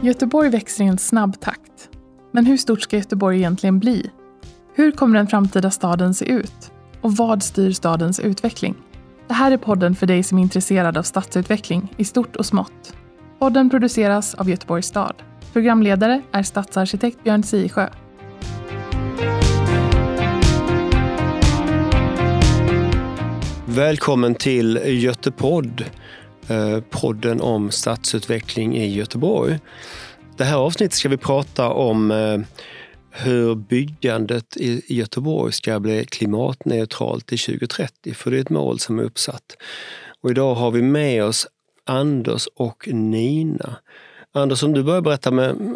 Göteborg växer i en snabb takt. Men hur stort ska Göteborg egentligen bli? Hur kommer den framtida staden se ut? Och vad styr stadens utveckling? Det här är podden för dig som är intresserad av stadsutveckling i stort och smått. Podden produceras av Göteborgs stad. Programledare är stadsarkitekt Björn Sisjö. Välkommen till Götepodd, podden om stadsutveckling i Göteborg. Det här avsnittet ska vi prata om hur byggandet i Göteborg ska bli klimatneutralt till 2030, för det är ett mål som är uppsatt. Och idag har vi med oss Anders och Nina. Anders, om du börjar berätta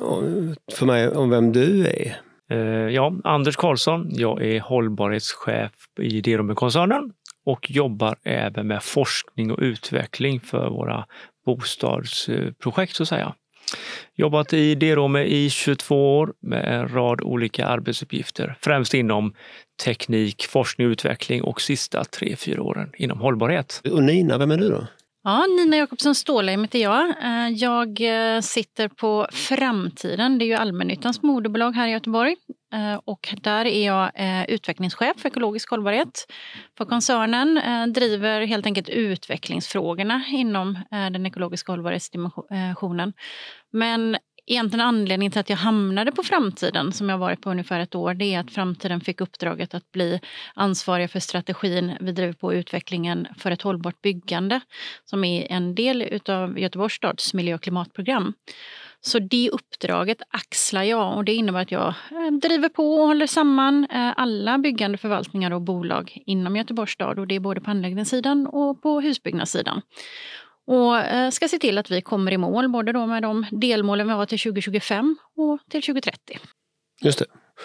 för mig om vem du är. Ja, Anders Karlsson. Jag är hållbarhetschef i Derome-koncernen och jobbar även med forskning och utveckling för våra bostadsprojekt så att säga. Jobbat i Derome i 22 år med en rad olika arbetsuppgifter, främst inom teknik, forskning och utveckling och sista 3-4 åren inom hållbarhet. Och Nina, vem är du då? Ja, Nina Jakobsson Stålheim heter jag. Jag sitter på Framtiden, det är ju allmännyttans moderbolag här i Göteborg. Och där är jag utvecklingschef för ekologisk hållbarhet för koncernen. Driver helt enkelt utvecklingsfrågorna inom den ekologiska hållbarhetsdimensionen. Men egentligen anledningen till att jag hamnade på Framtiden, som jag varit på ungefär ett år, det är att Framtiden fick uppdraget att bli ansvariga för strategin vi driver på utvecklingen för ett hållbart byggande, som är en del av Göteborgs stads miljö- och klimatprogram. Så det uppdraget axlar jag, och det innebär att jag driver på och håller samman alla byggande förvaltningar och bolag inom Göteborgs stad, och det är både på anläggningssidan och på husbyggnadssidan. Och ska se till att vi kommer i mål både då med de delmålen vi har till 2025 och till 2030. Just det.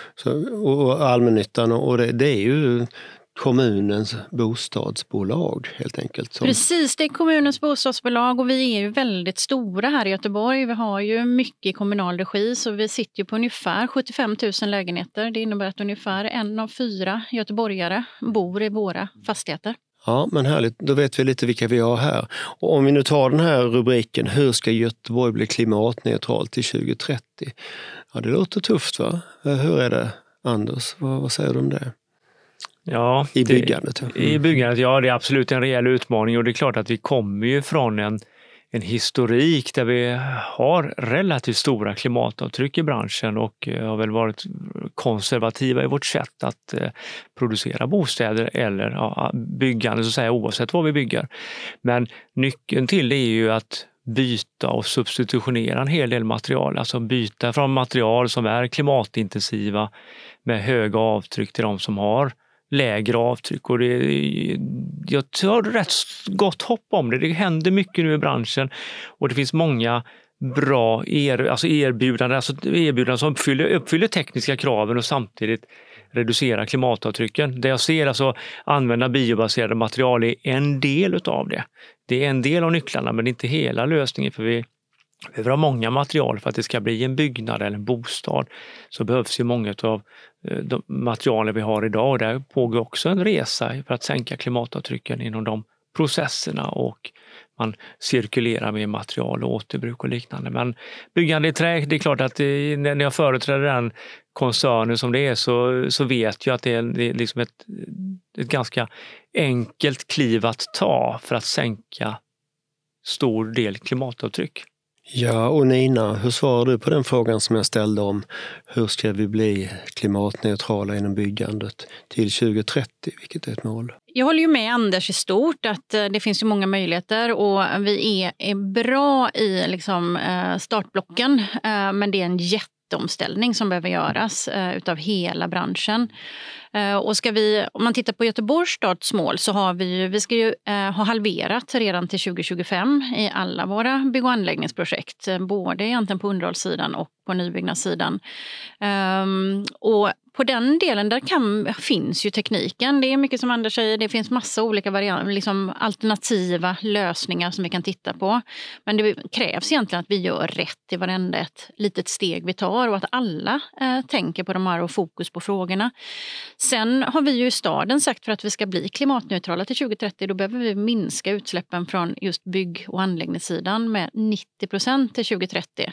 Och allmännyttan, och det är ju kommunens bostadsbolag helt enkelt. Precis, det är kommunens bostadsbolag, och vi är ju väldigt stora här i Göteborg. Vi har ju mycket kommunal regi, så vi sitter ju på ungefär 75 000 lägenheter. Det innebär att ungefär 1 av 4 göteborgare bor i våra fastigheter. Ja, men härligt. Då vet vi lite vilka vi har här. Och om vi nu tar den här rubriken, hur ska Göteborg bli klimatneutralt till 2030? Ja, det låter tufft, va? Hur är det, Anders? Vad säger du om det? Ja, I byggandet? I byggandet, ja, det är absolut en rejäl utmaning, och det är klart att vi kommer ju från en historik där vi har relativt stora klimatavtryck i branschen och har väl varit konservativa i vårt sätt att producera bostäder eller byggande så att säga, oavsett vad vi bygger. Men nyckeln till det är ju att byta och substitutionera en hel del material, alltså byta från material som är klimatintensiva med höga avtryck till de som har lägre avtryck, och jag har rätt gott hopp om det. Det händer mycket nu i branschen, och det finns många bra erbjudanden som uppfyller tekniska kraven och samtidigt reducerar klimatavtrycken. Det jag ser, alltså använda biobaserade material, är en del utav det. Det är en del av nycklarna, men det är inte hela lösningen, för vi behöver ha många material för att det ska bli en byggnad eller en bostad. Så behövs ju många av de materialen vi har idag, och där pågår också en resa för att sänka klimatavtrycken inom de processerna, och man cirkulerar med material och återbruk och liknande. Men byggande i trä, det är klart att när jag företräder den koncernen som det är, så vet jag att det är liksom ett ganska enkelt kliv att ta för att sänka stor del klimatavtryck. Ja, och Nina, hur svarar du på den frågan som jag ställde om hur ska vi bli klimatneutrala inom byggandet till 2030, vilket är ett mål? Jag håller ju med Anders i stort att det finns ju många möjligheter, och vi är bra i startblocken, men det är en jätteomställning som behöver göras utav hela branschen. Och om man tittar på Göteborgs stads mål, så har vi ska ju ha halverat redan till 2025 i alla våra bygg- och anläggningsprojekt, både egentligen på underhållssidan och på nybyggnadssidan. Och på den delen där finns ju tekniken. Det är mycket som Anders säger, det finns massa olika alternativa lösningar som vi kan titta på. Men det krävs egentligen att vi gör rätt i varenda ett litet steg vi tar, och att alla tänker på de här och fokus på frågorna. Sen har vi ju i staden sagt, för att vi ska bli klimatneutrala till 2030, då behöver vi minska utsläppen från just bygg- och anläggningssidan med 90% till 2030.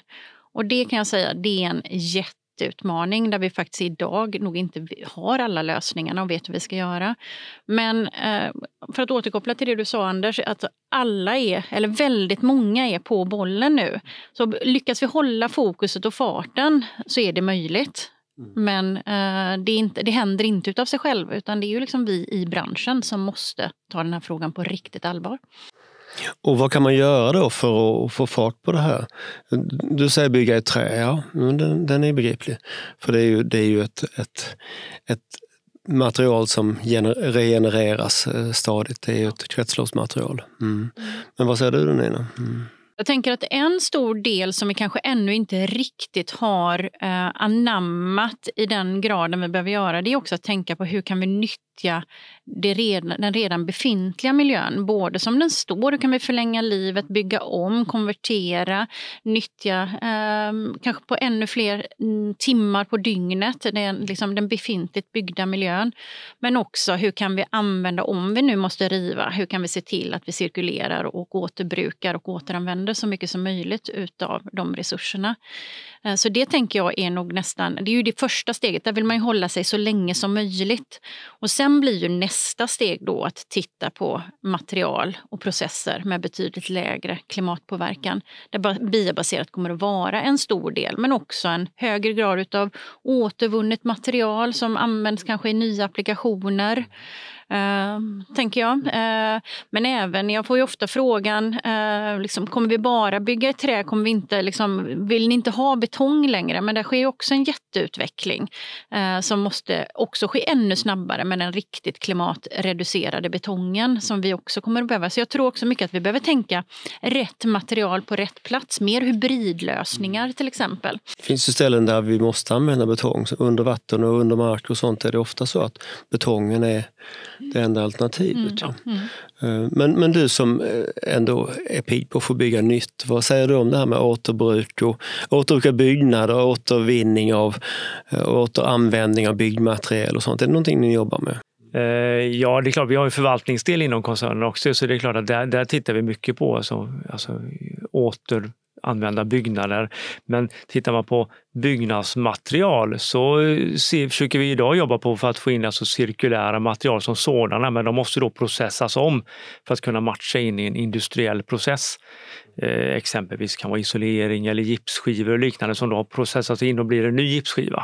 Och det kan jag säga, det är en jätteutmaning där vi faktiskt idag nog inte har alla lösningarna och vet hur vi ska göra. Men för att återkoppla till det du sa, Anders, att väldigt många är på bollen nu. Så lyckas vi hålla fokuset och farten så är det möjligt. Men det händer inte utav sig själv, utan det är ju liksom vi i branschen som måste ta den här frågan på riktigt allvar. Och vad kan man göra då för att få fart på det här? Du säger bygga i trä, ja, men den är begriplig. För det är ju ett material som regenereras stadigt. Det är ju ett kretsloppsmaterial. Men vad säger du då, Nina? Jag tänker att en stor del som vi kanske ännu inte riktigt har anammat i den graden vi behöver göra, det är också att tänka på hur kan vi nyttja den redan befintliga miljön. Både som den står, hur kan vi förlänga livet, bygga om, konvertera, nyttja kanske på ännu fler timmar på dygnet, den befintligt byggda miljön. Men också hur kan vi använda, om vi nu måste riva, hur kan vi se till att vi cirkulerar och återbrukar och återanvänder så mycket som möjligt utav de resurserna. Så det tänker jag är nog nästan, det är ju det första steget, där vill man ju hålla sig så länge som möjligt. Och sen blir ju nästa steg då att titta på material och processer med betydligt lägre klimatpåverkan. Där biobaserat kommer att vara en stor del, men också en högre grad utav återvunnet material som används kanske i nya applikationer. Tänker jag. Men även, jag får ju ofta frågan, kommer vi bara bygga i trä? Kommer vi inte, vill ni inte ha betong längre? Men det sker ju också en jätteutveckling som måste också ske ännu snabbare med den riktigt klimatreducerade betongen som vi också kommer att behöva. Så jag tror också mycket att vi behöver tänka rätt material på rätt plats. Mer hybridlösningar till exempel. Det finns ju ställen där vi måste använda betong. Under vatten och under mark och sånt är det ofta så att betongen är det enda alternativet. Men du som ändå är pigg på att få bygga nytt, vad säger du om det här med återbruk och återbruk byggnader, återvinning av återanvändning av byggmaterial och sånt? Är det någonting ni jobbar med? Ja, det är klart, vi har ju förvaltningsdel inom koncernen också, så det är klart att där tittar vi mycket på alltså återanvända byggnader. Men tittar man på byggnadsmaterial så försöker vi idag jobba på för att få in alltså cirkulära material som sådana, men de måste då processas om för att kunna matcha in i en industriell process. Exempelvis kan vara isolering eller gipsskivor och liknande som då har processats in och blir en ny gipsskiva.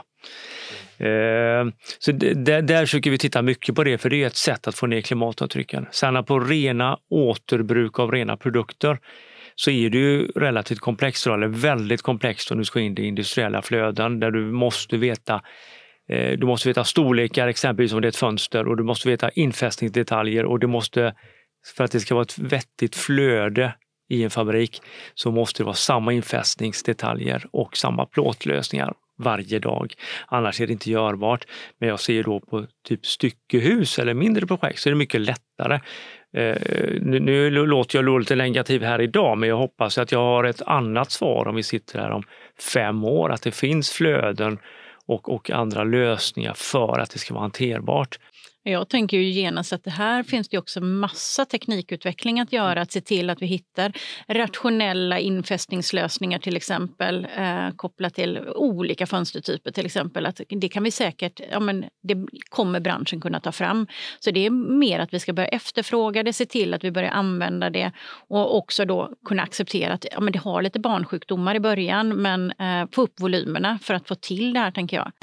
Så där försöker vi titta mycket på det, för det är ett sätt att få ner klimatavtrycken. Sen på rena återbruk av rena produkter så är det ju relativt komplext, eller väldigt komplext om du ska in i industriella flöden där du måste veta storlekar, exempelvis om det är ett fönster, och du måste veta infästningsdetaljer, och det måste, för att det ska vara ett vettigt flöde i en fabrik, så måste det vara samma infästningsdetaljer och samma plåtlösningar varje dag. Annars är det inte görbart. Men jag ser då på typ styckehus eller mindre projekt så är det mycket lättare. Nu låter jag lite negativ här idag, men jag hoppas att jag har ett annat svar om vi sitter här om 5 år. Att det finns flöden och andra lösningar för att det ska vara hanterbart. Jag tänker ju genast att det här finns det också massa teknikutveckling att göra, att se till att vi hittar rationella infästningslösningar till exempel, kopplat till olika fönstertyper till exempel. Att det kan vi säkert, det kommer branschen kunna ta fram. Så det är mer att vi ska börja efterfråga det, se till att vi börjar använda det och också då kunna acceptera att det har lite barnsjukdomar i början, men få upp volymerna för att få till det här, tänker jag.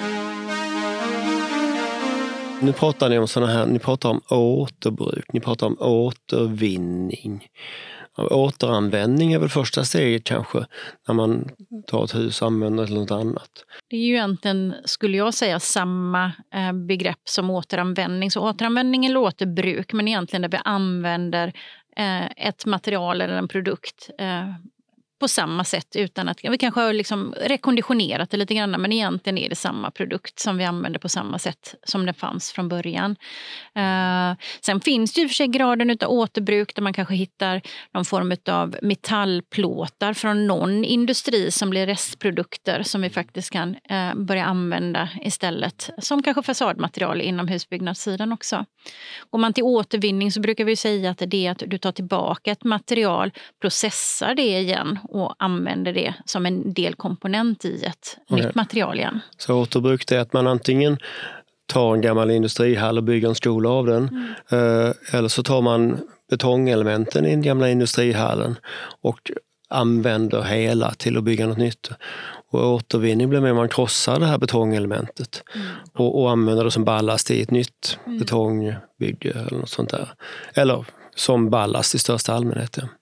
Nu pratar ni om ni pratar om återbruk, ni pratar om återvinning. Återanvändning är väl första steget kanske, när man tar ett hus och använder det till något annat. Det är ju egentligen, skulle jag säga, samma begrepp som återanvändning. Så återanvändning eller återbruk, men egentligen där vi använder ett material eller en produkt på samma sätt, utan att vi kanske har rekonditionerat det lite grann, men egentligen är det samma produkt som vi använder på samma sätt som det fanns från början. Sen finns det ju för sig graden utav återbruk där man kanske hittar någon form av metallplåtar från någon industri som blir restprodukter som vi faktiskt kan börja använda istället som kanske fasadmaterial inom husbyggnadssidan också. Går man till återvinning så brukar vi säga att det är att du tar tillbaka ett material, processar det igen och använder det som en delkomponent i ett nytt material igen. Så återbruk är att man antingen tar en gammal industrihall och bygger en skola av den. Eller så tar man betongelementen i den gamla industrihallen och använder hela till att bygga något nytt. Och återvinning blir med att man krossar det här betongelementet och använder det som ballast i ett nytt betongbygge eller något sånt där. Eller som ballast i största allmänhet. Ja.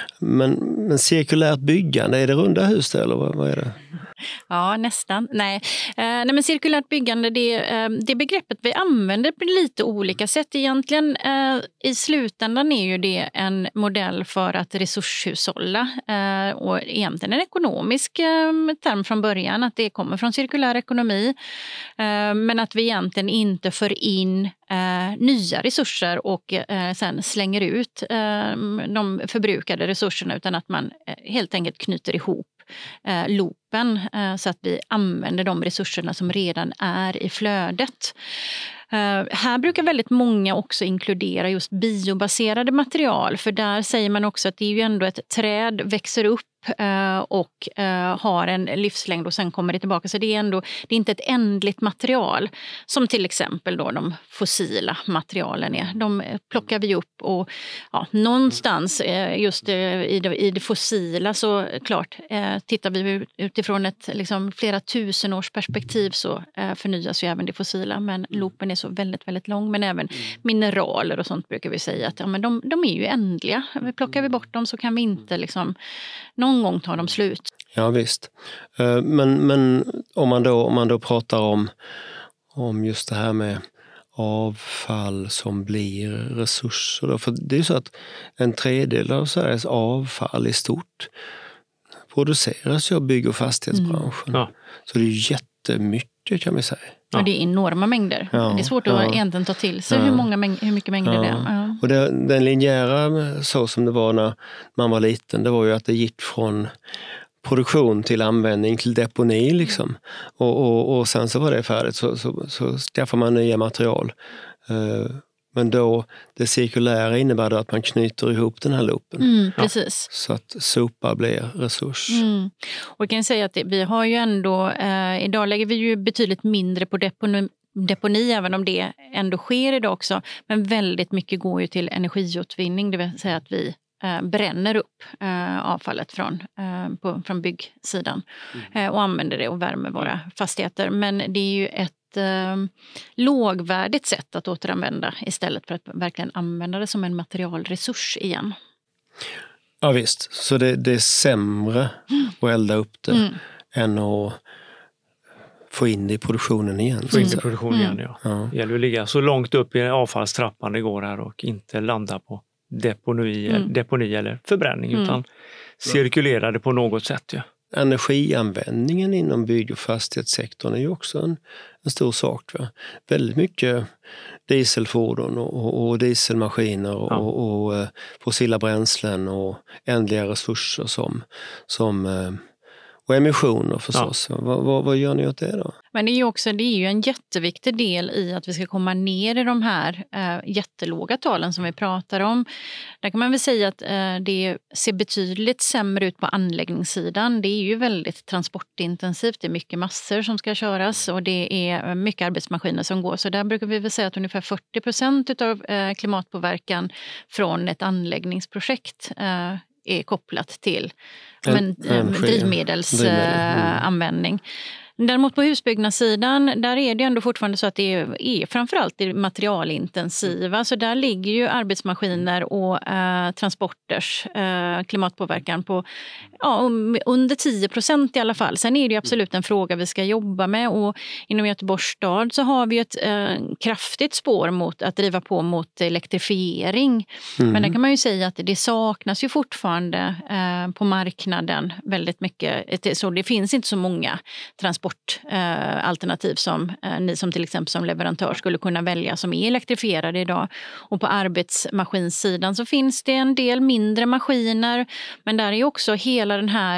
Men cirkulärt byggande, är det runda hus eller vad är det? Ja, nästan. Nej, men cirkulärt byggande, det begreppet vi använder på lite olika sätt egentligen. I slutändan är ju det en modell för att resurshushålla och egentligen en ekonomisk term från början, att det kommer från cirkulär ekonomi, men att vi egentligen inte för in nya resurser och sen slänger ut de förbrukade resurserna, utan att man helt enkelt knyter ihop loopen så att vi använder de resurserna som redan är i flödet. Här brukar väldigt många också inkludera just biobaserade material, för där säger man också att det är ju ändå ett träd växer upp och har en livslängd och sen kommer det tillbaka. Så det är inte ett ändligt material som till exempel då de fossila materialen är. De plockar vi upp och någonstans just i det fossila, så klart tittar vi utifrån ett liksom flera tusen års perspektiv, så förnyas ju även det fossila, men loopen är så väldigt, väldigt lång. Men även mineraler och sånt brukar vi säga att men de är ju ändliga. Plockar vi bort dem så kan vi inte liksom någon gång tar de slut. Ja visst. Men om man då pratar om just det här med avfall som blir resurser då, för det är ju så att en tredjedel av Sveriges avfall i stort produceras ju av bygg- och fastighetsbranschen. Så det är jättemycket, kan vi säga. Och det är enorma mängder. Det är svårt att egentligen ta till sig hur mycket mängder det är. Och den linjära, så som det var när man var liten, det var ju att det gick från produktion till användning till deponi liksom. Och sen så var det färdigt, så skaffar man nya material. Men då, det cirkulära innebär då att man knyter ihop den här loopen. Precis. Så att sopa blir resurs. Och jag kan säga att vi har ju ändå, idag lägger vi ju betydligt mindre på deponi, även om det ändå sker idag också. Men väldigt mycket går ju till energiutvinning, det vill säga att vi bränner upp avfallet från byggsidan och använder det och värmer våra fastigheter. Men det är ju ett lågvärdigt sätt att återanvända istället för att verkligen använda det som en materialresurs igen. Ja visst, så det är sämre att elda upp det än att få in det i produktionen igen. Få in det i produktionen igen, ja. Det gäller att ligga så långt upp i avfallstrappan det går här och inte landa på deponi eller förbränning, utan cirkulera det på något sätt. Ja. Energianvändningen inom bygg- och fastighetssektorn är ju också en stor sak. Va? Väldigt mycket dieselfordon och dieselmaskiner och fossila bränslen och ändliga resurser och emissioner förstås. Vad gör ni åt det då? Men det är ju en jätteviktig del i att vi ska komma ner i de här jättelåga talen som vi pratar om. Där kan man väl säga att det ser betydligt sämre ut på anläggningssidan. Det är ju väldigt transportintensivt. Det är mycket massor som ska köras och det är mycket arbetsmaskiner som går. Så där brukar vi väl säga att ungefär 40% av klimatpåverkan från ett anläggningsprojekt är kopplat till drivmedelsanvändning. Däremot på husbyggnadssidan, där är det ändå fortfarande så att det är framförallt det materialintensiva. Så där ligger ju arbetsmaskiner och transporters klimatpåverkan på under 10% i alla fall. Sen är det ju absolut en fråga vi ska jobba med, och inom Göteborgs stad så har vi ett kraftigt spår mot att driva på mot elektrifiering. Men där kan man ju säga att det saknas ju fortfarande på marknaden väldigt mycket. Så det finns inte så många transportalternativ som ni som till exempel som leverantör skulle kunna välja som är elektrifierade idag. Och på arbetsmaskinsidan så finns det en del mindre maskiner, men där är också hela den här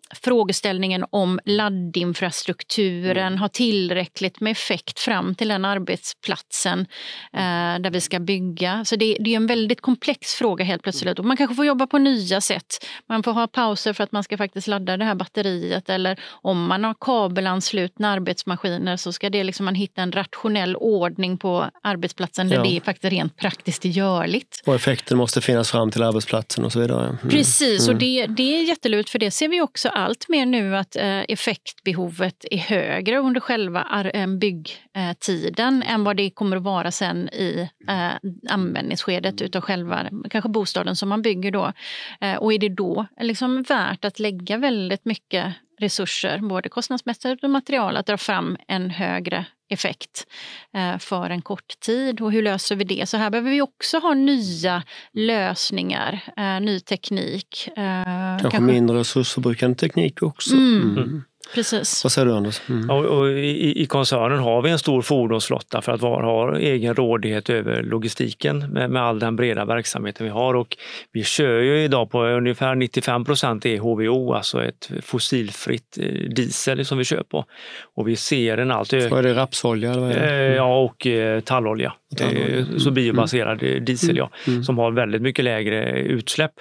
frågeställningen om laddinfrastrukturen har tillräckligt med effekt fram till den arbetsplatsen där vi ska bygga. Så det är en väldigt komplex fråga helt plötsligt. Och man kanske får jobba på nya sätt. Man får ha pauser för att man ska faktiskt ladda det här batteriet. Eller om man har kabelanslutna arbetsmaskiner så ska det liksom man hitta en rationell ordning på arbetsplatsen där det är faktiskt rent praktiskt görligt. Och effekten måste finnas fram till arbetsplatsen och så vidare. Precis, och det är jättelurt, för det ser vi också allt mer nu att effektbehovet är högre under själva byggtiden än vad det kommer att vara sen i användningsskedet utav själva kanske bostaden som man bygger då. Och är det då liksom värt att lägga väldigt mycket resurser, både kostnadsmässigt och material, att dra fram en högre effekt för en kort tid. Och hur löser vi det? Så här behöver vi också ha nya lösningar, ny teknik. Kanske mindre resursförbrukande teknik också. Precis. Vad säger du, Anders? Och i koncernen har vi en stor fordonsflotta för att ha egen rådighet över logistiken med all den breda verksamheten vi har. Och vi kör ju idag på ungefär 95% är HVO, alltså ett fossilfritt diesel som vi kör på. Och vi ser en allt Vad är det, rapsolja? Eller vad är det? Ja, och tallolja. Så biobaserad diesel, som har väldigt mycket lägre utsläpp.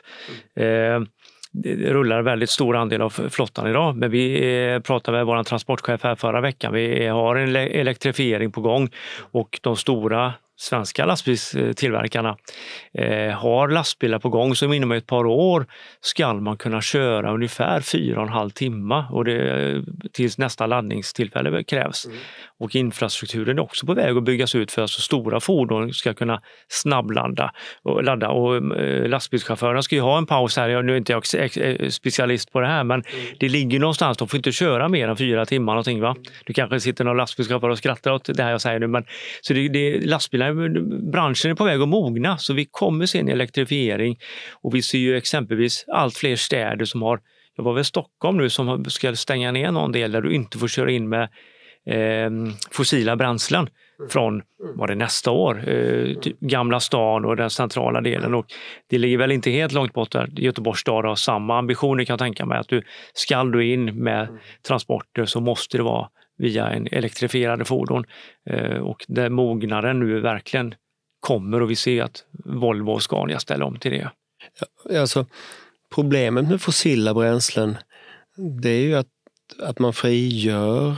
Det rullar väldigt stor andel av flottan idag, men vi pratade med vår transportchef här förra veckan. Vi har en elektrifiering på gång och de stora svenska lastbilstillverkarna har lastbilar på gång som inom ett par år ska man kunna köra ungefär 4,5 timmar och det tills nästa laddningstillfälle krävs. Och infrastrukturen är också på väg att byggas ut för att så stora fordon ska kunna snabbladda och ladda. Och lastbilschaufförerna ska ju ha en paus här. Nu är inte jag specialist på det här, men det ligger någonstans. De får inte köra mer än 4 timmar någonting, va? Du kanske sitter någon lastbilschaufför och skrattar åt det här jag säger nu, men så branschen är på väg att mogna, så vi kommer se en elektrifiering och vi ser ju exempelvis allt fler städer som har, jag var väl Stockholm nu, som ska stänga ner någon del där du inte får köra in med fossila bränslen från nästa år, Gamla stan och den centrala delen, och det ligger väl inte helt långt bort där Göteborgs stad har samma ambitioner, kan jag tänka mig, att ska du in med transporter så måste det vara via en elektrifierade fordon, och där mognaden nu verkligen kommer och vi ser att Volvo och Scania ställer om till det. Ja, alltså, problemet med fossila bränslen, det är ju att man frigör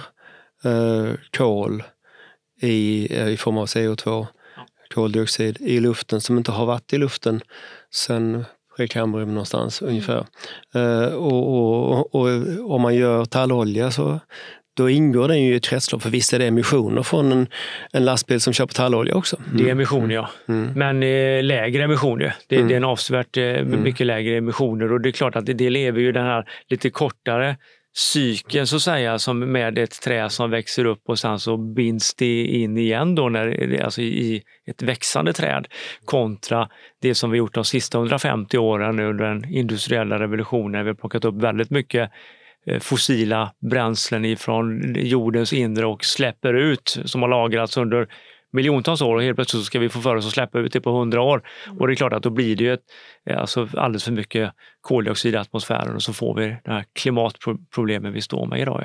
kol i form av CO2, koldioxid i luften som inte har varit i luften sedan Precambrium någonstans ungefär. Och om man gör tallolja så då ingår den ju i ett kretslopp, för visst är det emissioner från en lastbil som kör på tallolja också. Det är emissioner, ja. Men lägre emissioner. Det är en avsevärt mycket lägre emissioner, och det är klart att det lever ju den här lite kortare cykeln så att säga, som med ett trä som växer upp och sen så binds det in igen då alltså i ett växande träd, kontra det som vi gjort de sista 150 åren under den industriella revolutionen. Vi har plockat upp väldigt mycket fossila bränslen ifrån jordens inre och släpper ut, som har lagrats under miljontals år, och helt plötsligt så ska vi få för oss att släppa ut det på 100 år. Och det är klart att då blir det ju alldeles för mycket koldioxid i atmosfären, och så får vi det här klimatproblemen vi står med idag.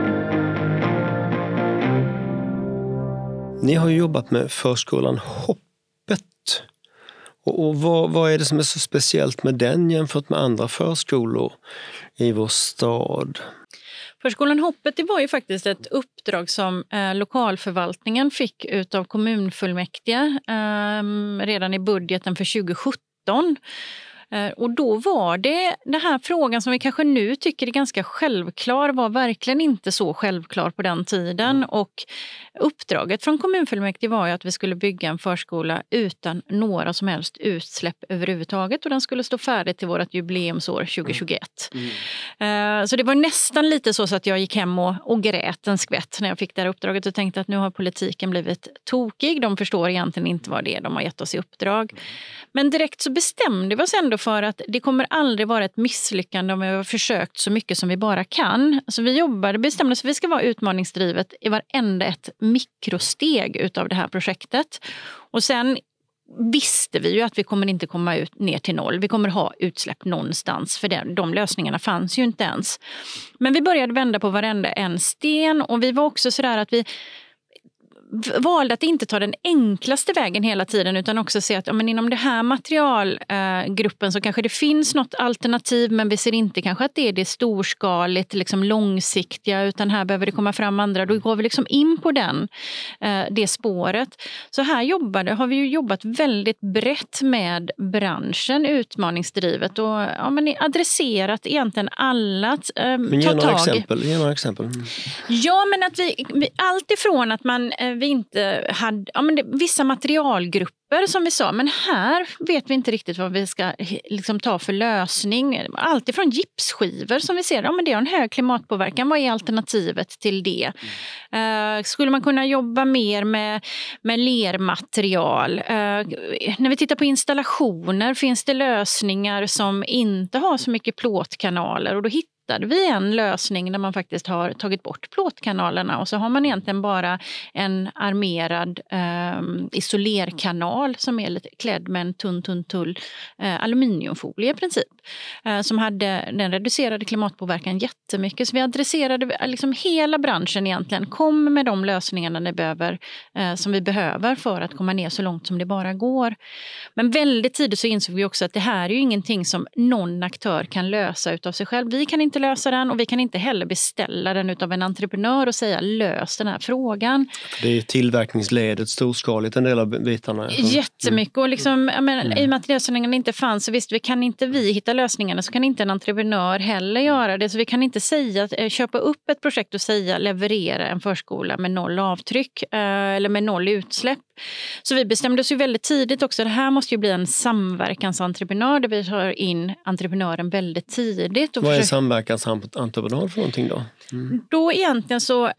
Ni har ju jobbat med förskolan Hoppet. Och vad är det som är så speciellt med den jämfört med andra förskolor i vår stad? Förskolan Hoppet, det var ju faktiskt ett uppdrag som lokalförvaltningen fick utav kommunfullmäktige redan i budgeten för 2017. Och då var det den här frågan som vi kanske nu tycker är ganska självklar, var verkligen inte så självklar på den tiden. Och uppdraget från kommunfullmäktige var ju att vi skulle bygga en förskola utan några som helst utsläpp överhuvudtaget, och den skulle stå färdig till vårt jubileumsår 2021. Så det var nästan lite så att jag gick hem och grät en skvätt när jag fick det här uppdraget och tänkte att nu har politiken blivit tokig. De förstår egentligen inte vad det är de har gett oss i uppdrag. Men direkt så bestämde vi oss ändå för att det kommer aldrig vara ett misslyckande om vi har försökt så mycket som vi bara kan. Så vi bestämde oss för att vi ska vara utmaningsdrivet i varenda ett mikrosteg utav det här projektet. Och sen visste vi ju att vi kommer inte komma ut ner till noll. Vi kommer ha utsläpp någonstans, för de lösningarna fanns ju inte ens. Men vi började vända på varenda en sten, och vi var också sådär att vi valde att inte ta den enklaste vägen hela tiden, utan också se att inom det här materialgruppen så kanske det finns något alternativ, men vi ser inte kanske att det är det storskaligt, liksom långsiktiga, utan här behöver det komma fram andra. Då går vi liksom in på det spåret. Så här har vi ju jobbat väldigt brett med branschen, utmaningsdrivet, och adresserat egentligen alla men ge några exempel. Ja, men att vi allt ifrån att vi inte hade vissa materialgrupper som vi sa, men här vet vi inte riktigt vad vi ska liksom ta för lösning. Allt ifrån gipsskivor som vi ser, det har en hög klimatpåverkan. Vad är alternativet till det? Skulle man kunna jobba mer med lermaterial? När vi tittar på installationer, finns det lösningar som inte har så mycket plåtkanaler, och då hittade vi en lösning där man faktiskt har tagit bort plåtkanalerna, och så har man egentligen bara en armerad isolerkanal som är lite klädd med en tunn aluminiumfolie i princip, den reducerade klimatpåverkan jättemycket. Så vi adresserade liksom hela branschen egentligen, kom med de lösningarna som vi behöver för att komma ner så långt som det bara går. Men väldigt tidigt så insåg vi också att det här är ju ingenting som någon aktör kan lösa utav sig själv. Vi kan inte lösa den, och vi kan inte heller beställa den utav en entreprenör och säga lös den här frågan. Det är tillverkningsledet storskaligt, en del av bitarna. Jättemycket, och liksom, i och med att lösningarna inte fanns, så visst, kan inte vi hitta lösningarna, så kan inte en entreprenör heller göra det. Så vi kan inte köpa upp ett projekt och säga leverera en förskola med 0 avtryck eller med 0 utsläpp. Så vi bestämde oss ju väldigt tidigt också, det här måste ju bli en samverkansentreprenör där vi tar in entreprenören väldigt tidigt. Vad är samverkansentreprenör för någonting då? Då egentligen så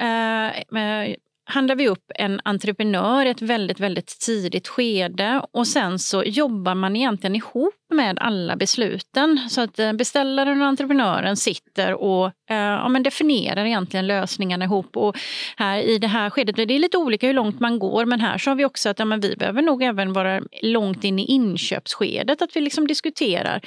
handlar vi upp en entreprenör i ett väldigt, väldigt tidigt skede, och sen så jobbar man egentligen ihop med alla besluten, så att beställaren och entreprenören sitter och definierar egentligen lösningarna ihop. Och här i det här skedet, det är lite olika hur långt man går, men här så har vi också att vi behöver nog även vara långt in i inköpsskedet, att vi liksom diskuterar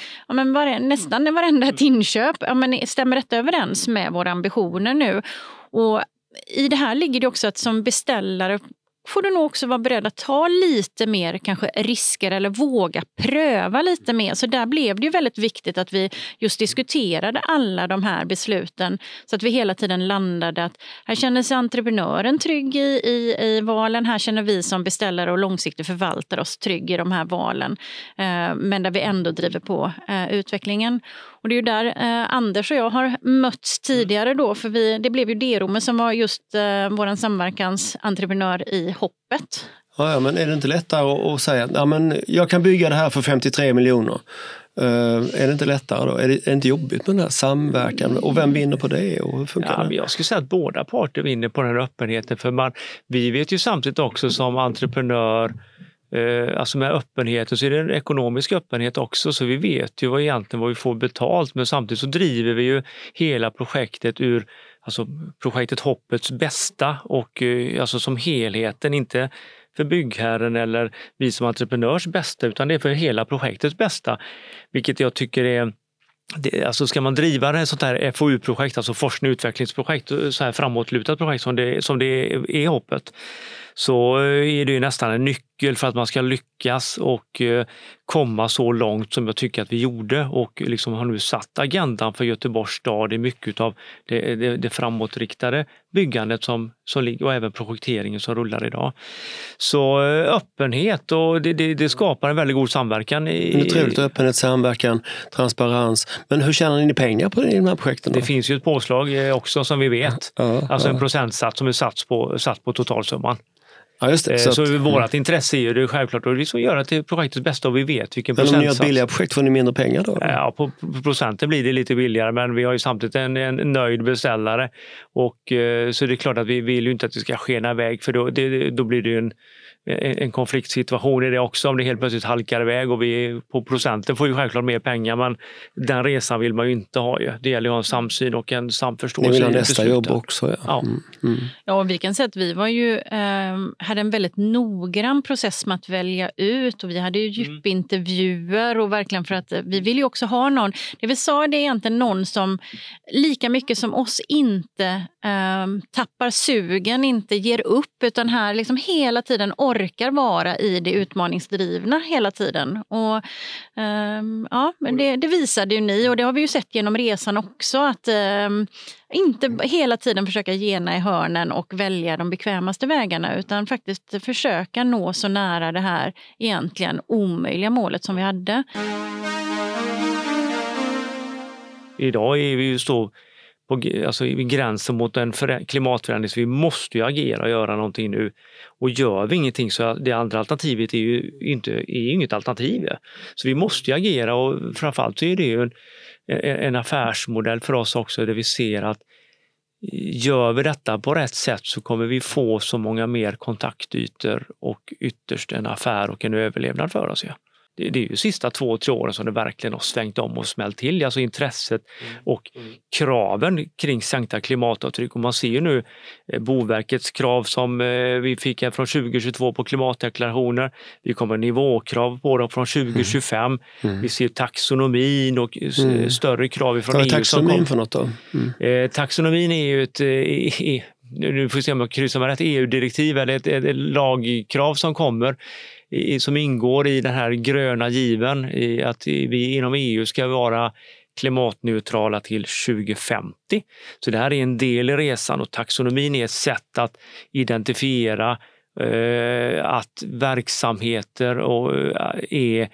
nästan varenda ett inköp, stämmer detta överens med våra ambitioner nu? Och i det här ligger det också att som beställare får du nog också vara beredd att ta lite mer kanske risker, eller våga pröva lite mer. Så där blev det ju väldigt viktigt att vi just diskuterade alla de här besluten, så att vi hela tiden landade att här känner sig entreprenören trygg i valen, här känner vi som beställare och långsiktigt förvaltar oss trygg i de här valen, men där vi ändå driver på utvecklingen. Och det är ju där Anders och jag har mötts tidigare då, för det blev ju D-Romen som var just våran samverkansentreprenör i Hoppet. Ja, men är det inte lättare att säga att jag kan bygga det här för 53 miljoner? Är det inte lättare då? Är det inte jobbigt med den här samverkan? Och vem vinner på det? Och hur funkar det? Jag skulle säga att båda parter vinner på den här öppenheten, för vi vet ju samtidigt också som entreprenör, alltså med öppenheten så är det en ekonomisk öppenhet också, så vi vet ju vad vi får betalt, men samtidigt så driver vi ju hela projektet ur projektet Hoppets bästa, och alltså som helheten, inte för byggherren eller vi som entreprenörs bästa, utan det är för hela projektets bästa, vilket jag tycker är alltså ska man driva ett sånt här FoU-projekt, alltså forskning- och utvecklingsprojekt, så här framåtlutat projekt som det är Hoppet, så är det ju nästan en nyckel för att man ska lyckas och komma så långt som jag tycker att vi gjorde, och liksom har nu satt agendan för Göteborgs stad i mycket av det framåtriktade byggandet som ligger, och även projekteringen som rullar idag. Så öppenhet, och det skapar en väldigt god samverkan. Det är trevligt, öppenhet, samverkan, transparens. Men hur tjänar ni pengar på de här projekten då? Det finns ju ett påslag också som vi vet, en procentsats som är satt på totalsumman. Ja, just det. Så vårt intresse är ju det självklart, och vi ska göra till projektets bästa, och vi vet vilken procentsats. Men om ni gör billiga projekt får ni mindre pengar då? Ja, på procenten blir det lite billigare, men vi har ju samtidigt en nöjd beställare, och så det är klart att vi vill ju inte att det ska skena iväg, för då blir det ju en konfliktsituation i det också om det helt plötsligt halkar iväg och vi på procenten får ju självklart mer pengar, men den resan vill man ju inte ha ju. Det gäller att ha en samsyn och en samförståelse. Ni vill ha nästa jobb också. Ja. Ja, och vi kan säga att vi var ju, hade en väldigt noggrann process med att välja ut och vi hade ju djupintervjuer och verkligen för att vi vill ju också ha någon, det vi sa det är egentligen någon som lika mycket som oss inte tappar sugen, inte ger upp utan här liksom hela tiden orkar vara i det utmaningsdrivna hela tiden. Och ja, men det visade ju ni och det har vi ju sett genom resan också att inte hela tiden försöka gena i hörnen och välja de bekvämaste vägarna utan faktiskt försöka nå så nära det här egentligen omöjliga målet som vi hade. Idag är vi ju i gränsen mot en klimatförändring, så vi måste ju agera och göra någonting nu. Och gör vi ingenting så det andra alternativet är ju inget alternativ. Så vi måste ju agera och framförallt så är det ju en affärsmodell för oss också där vi ser att gör vi detta på rätt sätt så kommer vi få så många mer kontaktytor och ytterst en affär och en överlevnad för oss. Ja. Det är ju sista 2-3 åren som det verkligen har svängt om och smält till. Alltså intresset och kraven kring sänkta klimatavtryck. Och man ser ju nu Boverkets krav som vi fick här från 2022 på klimatdeklarationer. Vi kommer nivåkrav på dem från 2025. Vi ser taxonomin och större krav från EU. Vad är taxonomin för något då? Taxonomin är ju nu får vi se om jag kryssar med rätt EU-direktiv eller ett lagkrav som kommer som ingår i den här gröna given i att vi inom EU ska vara klimatneutrala till 2050. Så det här är en del i resan och taxonomin är ett sätt att identifiera att verksamheter är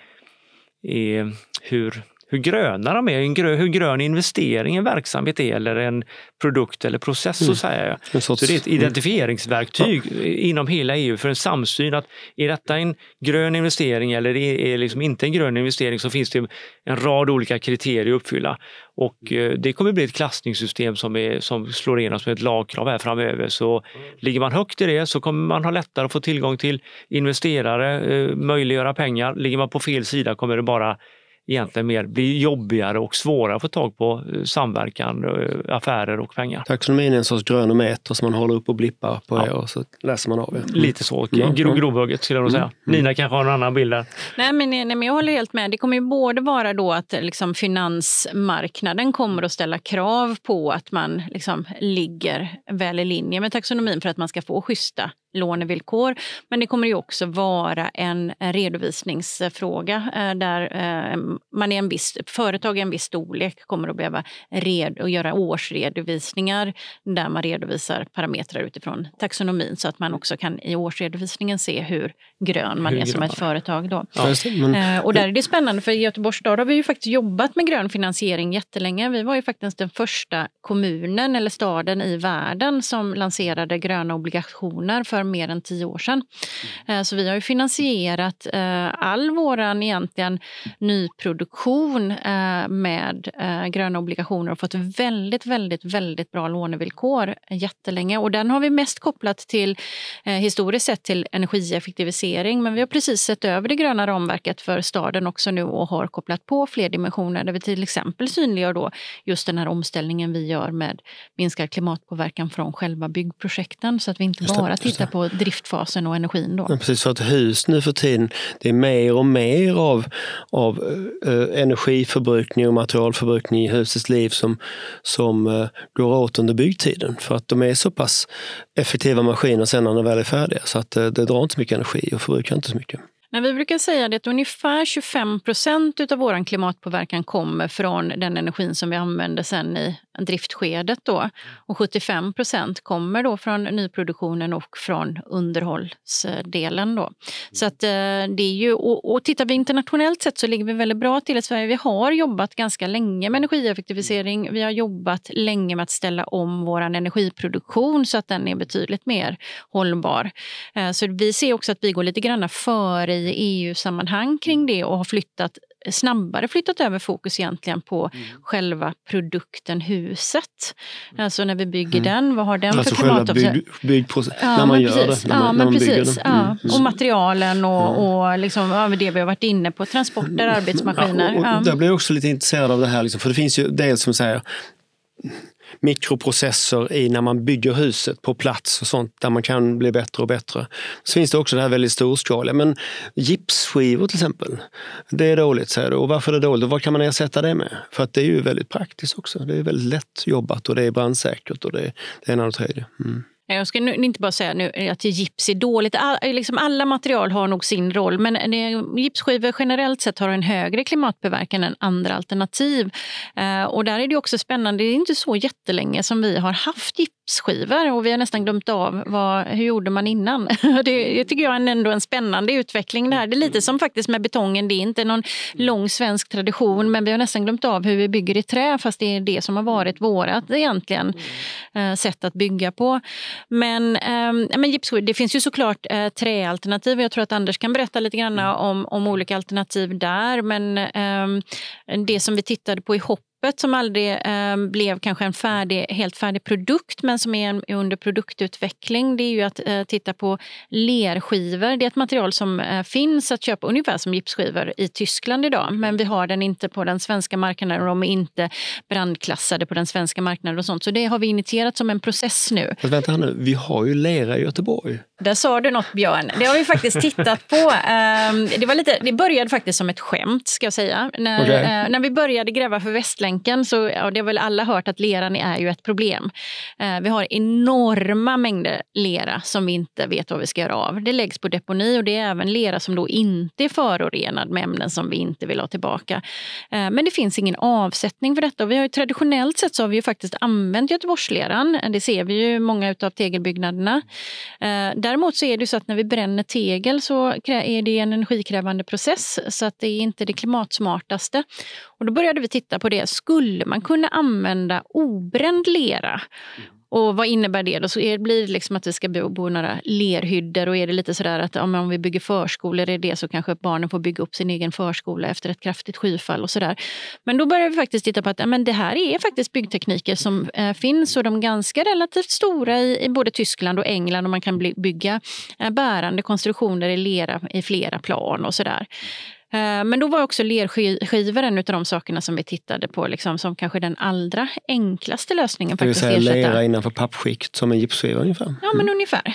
hur gröna de är, hur grön investering en verksamhet är eller en produkt eller process så säger jag. Så det är ett identifieringsverktyg inom hela EU för en samsyn att är detta en grön investering eller är liksom inte en grön investering så finns det en rad olika kriterier att uppfylla. Och det kommer bli ett klassningssystem som slår igenom som ett lagkrav här framöver. Så ligger man högt i det så kommer man ha lättare att få tillgång till investerare, möjliggöra pengar. Ligger man på fel sida kommer det bara egentligen mer blir jobbigare och svårare att få tag på samverkan, affärer och pengar. Taxonomin är en sorts grönometer som man håller upp och blippar på och så läser man av det. Lite så, grovhugget skulle jag nog säga. Nina kanske har en annan bild där. Nej, men jag håller helt med. Det kommer ju både vara då att liksom finansmarknaden kommer att ställa krav på att man liksom ligger väl i linje med taxonomin för att man ska få schyssta lånevillkor. Men det kommer ju också vara en redovisningsfråga där man är företag i en viss storlek kommer att behöva göra årsredovisningar där man redovisar parametrar utifrån taxonomin så att man också kan i årsredovisningen se hur grön man är som ett företag då. Ja. Och där är det spännande för i Göteborgs stad har vi ju faktiskt jobbat med grön finansiering jättelänge. Vi var ju faktiskt den första kommunen eller staden i världen som lanserade gröna obligationer för mer än 10 år sedan. Så vi har ju finansierat all våran egentligen nyproduktion med gröna obligationer och fått väldigt, väldigt, väldigt bra lånevillkor jättelänge. Och den har vi mest kopplat till historiskt sett till energieffektivisering. Men vi har precis sett över det gröna ramverket för staden också nu och har kopplat på fler dimensioner där vi till exempel synliggör då just den här omställningen vi gör med minskad klimatpåverkan från själva byggprojekten så att vi inte bara tittar på driftfasen och energin då. Ja, precis, för att hus nu för tiden det är mer och mer av energiförbrukning och materialförbrukning i husets liv som går åt under byggtiden för att de är så pass effektiva maskiner sen när de väl är färdiga så att det drar inte så mycket energi och förbrukar inte så mycket. Nej, vi brukar säga att ungefär 25% av vår klimatpåverkan kommer från den energin som vi använder sen i driftskedet då. Och 75% kommer då från nyproduktionen och från underhållsdelen då. Så att det är ju, och tittar vi internationellt sett så ligger vi väldigt bra till i Sverige. Vi har jobbat ganska länge med energieffektivisering. Vi har jobbat länge med att ställa om vår energiproduktion så att den är betydligt mer hållbar. Så vi ser också att vi går lite grann före i EU-sammanhang kring det och har flyttat snabbare flyttat över fokus egentligen på själva produkten, huset. Alltså när vi bygger den, vad har den för klimatavtryck? När man gör det. När man bygger det. Och materialen och liksom, det vi har varit inne på, transporter, arbetsmaskiner. Och där blir jag också lite intresserad av det här, liksom, för det finns ju det som säger mikroprocesser i när man bygger huset på plats och sånt där man kan bli bättre och bättre. Så finns det också det här väldigt storskaliga. Men gipsskivor till exempel, det är dåligt, säger du. Och varför är det dåligt och vad kan man ersätta det med? För att det är ju väldigt praktiskt också. Det är väldigt lätt jobbat och det är brandsäkert och det är en av det tredje. Jag ska nu inte bara säga nu att gips är dåligt. Alla material har nog sin roll, men gipsskivor generellt sett har en högre klimatpåverkan än andra alternativ. Och där är det också spännande. Det är inte så jättelänge som vi har haft gipsskivor och vi har nästan glömt av hur gjorde man innan. Det tycker jag är ändå en spännande utveckling. Det är lite som faktiskt med betongen. Det är inte någon lång svensk tradition, men vi har nästan glömt av hur vi bygger i trä, fast det är det som har varit vårat egentligen sätt att bygga på. Men gipsskivor, det finns ju såklart träalternativ. Jag tror att Anders kan berätta lite grann om olika alternativ där. Men det som vi tittade på i hoppet som aldrig blev kanske en helt färdig produkt, men som är under produktutveckling, det är ju att titta på lerskivor. Det är ett material som finns att köpa ungefär som gipsskivor i Tyskland idag, men vi har den inte på den svenska marknaden och de är inte brandklassade på den svenska marknaden och sånt. Så det har vi initierat som en process nu. Men vänta här nu, vi har ju lera i Göteborg. Där sa du något, Björn. Det har vi faktiskt tittat på. Det började faktiskt som ett skämt, ska jag säga. När vi började gräva för Västlänken så det har väl alla hört att leran är ju ett problem. Vi har enorma mängder lera som vi inte vet vad vi ska göra av. Det läggs på deponi och det är även lera som då inte är förorenad med ämnen som vi inte vill ha tillbaka. Men det finns ingen avsättning för detta. Vi har ju traditionellt sett så har vi ju faktiskt använt Göteborgsleran. Det ser vi ju många av tegelbyggnaderna. Däremot så är det så att när vi bränner tegel så är det en energikrävande process, så att det är inte det klimatsmartaste. Och då började vi titta på det. Skulle man kunna använda obränd lera? Och vad innebär det då? Så blir det liksom att vi ska bo i några lerhyddor, och är det lite sådär att om vi bygger förskolor är det så kanske barnen får bygga upp sin egen förskola efter ett kraftigt skyfall och sådär. Men då börjar vi faktiskt titta på att det här är faktiskt byggtekniker som finns, och de är ganska relativt stora i både Tyskland och England, och man kan bygga bärande konstruktioner i lera i flera plan och sådär. Men då var också lerskivor en av de sakerna som vi tittade på liksom, som kanske den allra enklaste lösningen. Det vill säga lera innanför pappskikt som en gipsskiva ungefär? Ja, men ungefär.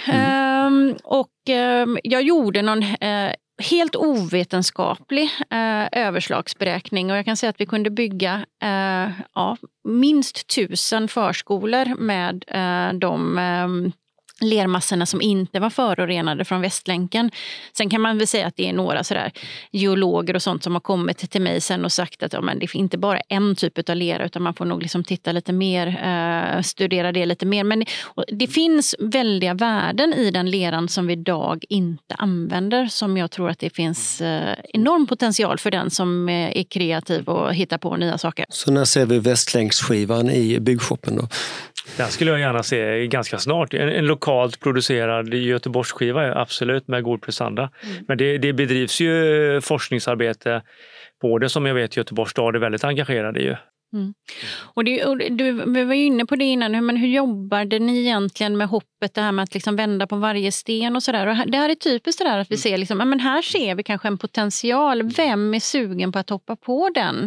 Jag gjorde någon helt ovetenskaplig överslagsberäkning, och jag kan säga att vi kunde bygga minst 1000 förskolor med de lermassorna som inte var förorenade från Västlänken. Sen kan man väl säga att det är några sådär geologer och sånt som har kommit till mig sen och sagt att det är inte bara en typ av lera, utan man får nog liksom titta lite mer, studera det lite mer. Men det finns väldiga värden i den leran som vi idag inte använder, som jag tror att det finns enorm potential för den som är kreativ och hittar på nya saker. Så när ser vi Västlänksskivan i byggshoppen då? Den skulle jag gärna se ganska snart. En lokalt producerad Göteborgsskiva är absolut med god prestanda. Men det bedrivs ju forskningsarbete både, som jag vet, Göteborgs stad är väldigt engagerad i ju. Och du var ju inne på det innan, men hur jobbade ni egentligen med hoppet, det här med att liksom vända på varje sten och sådär? Och det här är typiskt det där att vi ser liksom, men här ser vi kanske en potential, vem är sugen på att hoppa på den?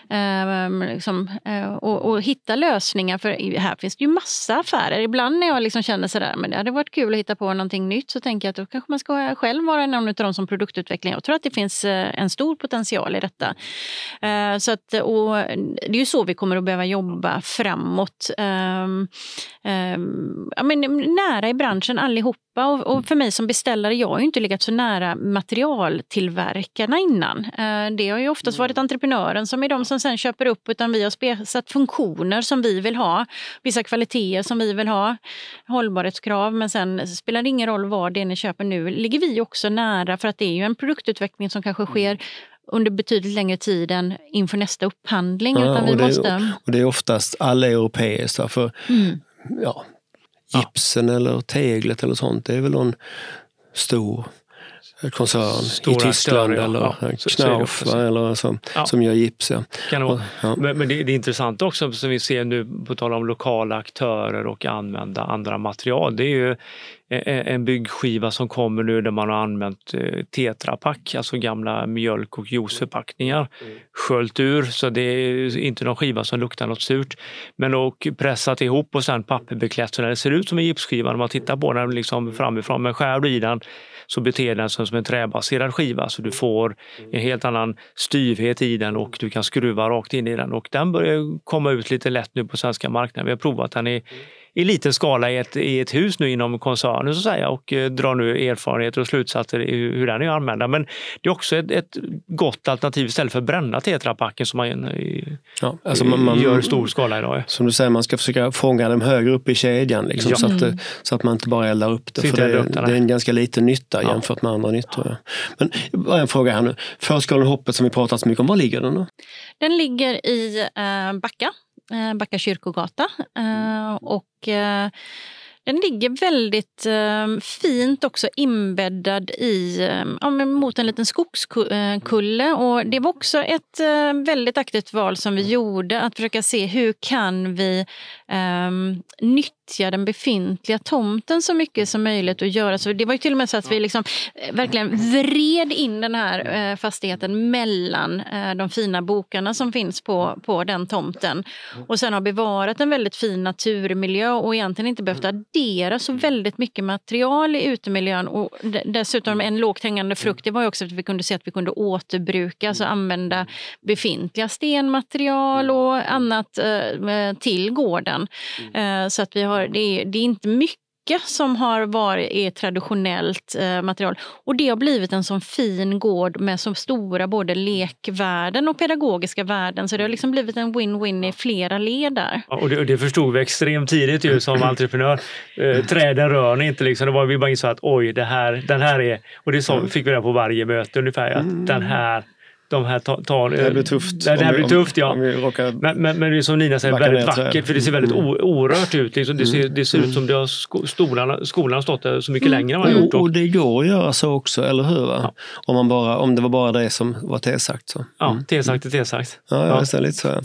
Och hitta lösningar, för här finns det ju massa affärer. Ibland när jag liksom känner sådär, men det hade varit kul att hitta på någonting nytt, så tänker jag att då kanske man ska själv vara någon av dem som produktutveckling. Jag tror att det finns en stor potential i detta. Så att, och det är ju så vi kommer att behöva jobba framåt. Nära i branschen allihopa. Och för mig som beställare, jag har ju inte legat så nära materialtillverkarna innan. Det har ju oftast varit entreprenören som är de som sen köper upp, utan vi har spesat funktioner som vi vill ha. Vissa kvaliteter som vi vill ha. Hållbarhetskrav, men sen spelar det ingen roll vad det är ni köper nu. Ligger vi också nära, för att det är ju en produktutveckling som kanske sker under betydligt längre tid än inför nästa upphandling. Utan och det är oftast alla europeiskt. För gipsen eller teglet eller sånt, det är väl en stor koncern i Tyskland eller Knauf eller som gör gips. Ja. Kanon. Men det är intressant också som vi ser nu på tal om lokala aktörer och använda andra material. Det är ju en byggskiva som kommer nu där man har använt tetrapack, alltså gamla mjölk- och juiceförpackningar, sköljt ur, så det är inte någon skiva som luktar något surt, men och pressat ihop och sen papperbeklätt så när det ser ut som en gipsskiva när man tittar på den liksom framifrån, men skär du i den så beter den som en träbaserad skiva, så du får en helt annan styvhet i den och du kan skruva rakt in i den, och den börjar komma ut lite lätt nu på svenska marknaden. Vi har provat den i liten skala i ett hus nu inom koncernen så att säga, och drar nu erfarenheter och slutsatser i hur den är att använda. Men det är också ett gott alternativ istället för att bränna tetrapacken som man gör i stor skala idag. Som du säger, man ska försöka fånga dem högre upp i kedjan liksom, så att man inte bara eldar upp det. För det är en ganska liten nytta jämfört med andra nyttor. Ja. Men bara en fråga här nu. Förskolan Hoppet som vi pratat så mycket om, var ligger den då? Den ligger i Backa kyrkogata och den ligger väldigt fint också inbäddad mot en liten skogskulle, och det var också ett väldigt aktivt val som vi gjorde, att försöka se hur kan vi nyttja den befintliga tomten så mycket som möjligt och göra så. Det var ju till och med så att vi liksom verkligen vred in den här fastigheten mellan de fina bokarna som finns på den tomten, och sen har bevarat en väldigt fin naturmiljö och egentligen inte behövt addera så väldigt mycket material i utemiljön, och dessutom en lågt hängande frukt, det var ju också att vi kunde se att vi kunde återbruka, alltså använda befintliga stenmaterial och annat till gården. Så att vi har, det är inte mycket som är traditionellt material, och det har blivit en sån fin gård med så stora både lekvärden och pedagogiska värden, så det har liksom blivit en win-win i flera led där. Ja, och det förstod vi extremt tidigt ju som entreprenör. Träden rör inte liksom, det var vi bara insåg att oj, den här är, och det fick vi där på varje möte ungefär, att den här det här blir tufft. Det här blir tufft, ja. Men det är som Nina säger, väldigt vackert, för det ser väldigt orört ut. Liksom. Det ser ut som det har skolan har stått där så mycket längre än man har gjort. Och det går att göra så också, eller hur? Va? Ja. Om det var bara det som var tesagt. Så. Ja, tesagt är tesagt. Ja, det är lite så.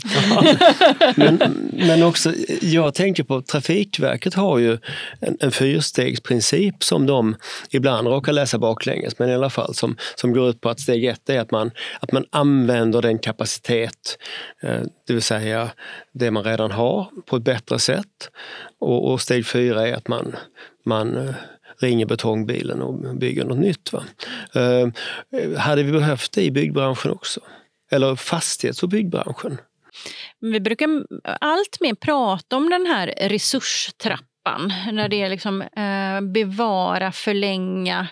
Men också, jag tänker på Trafikverket har ju en fyrstegsprincip som de ibland råkar läsa baklänges, men i alla fall som går ut på att steg 1 är att man använder den kapacitet, det vill säga det man redan har, på ett bättre sätt. Och steg 4 är att man ringer betongbilen och bygger något nytt. Va? Hade vi behövt det i byggbranschen också? Eller fastighets- och byggbranschen? Vi brukar allt mer prata om den här resurstrappan, när det är liksom bevara, förlänga,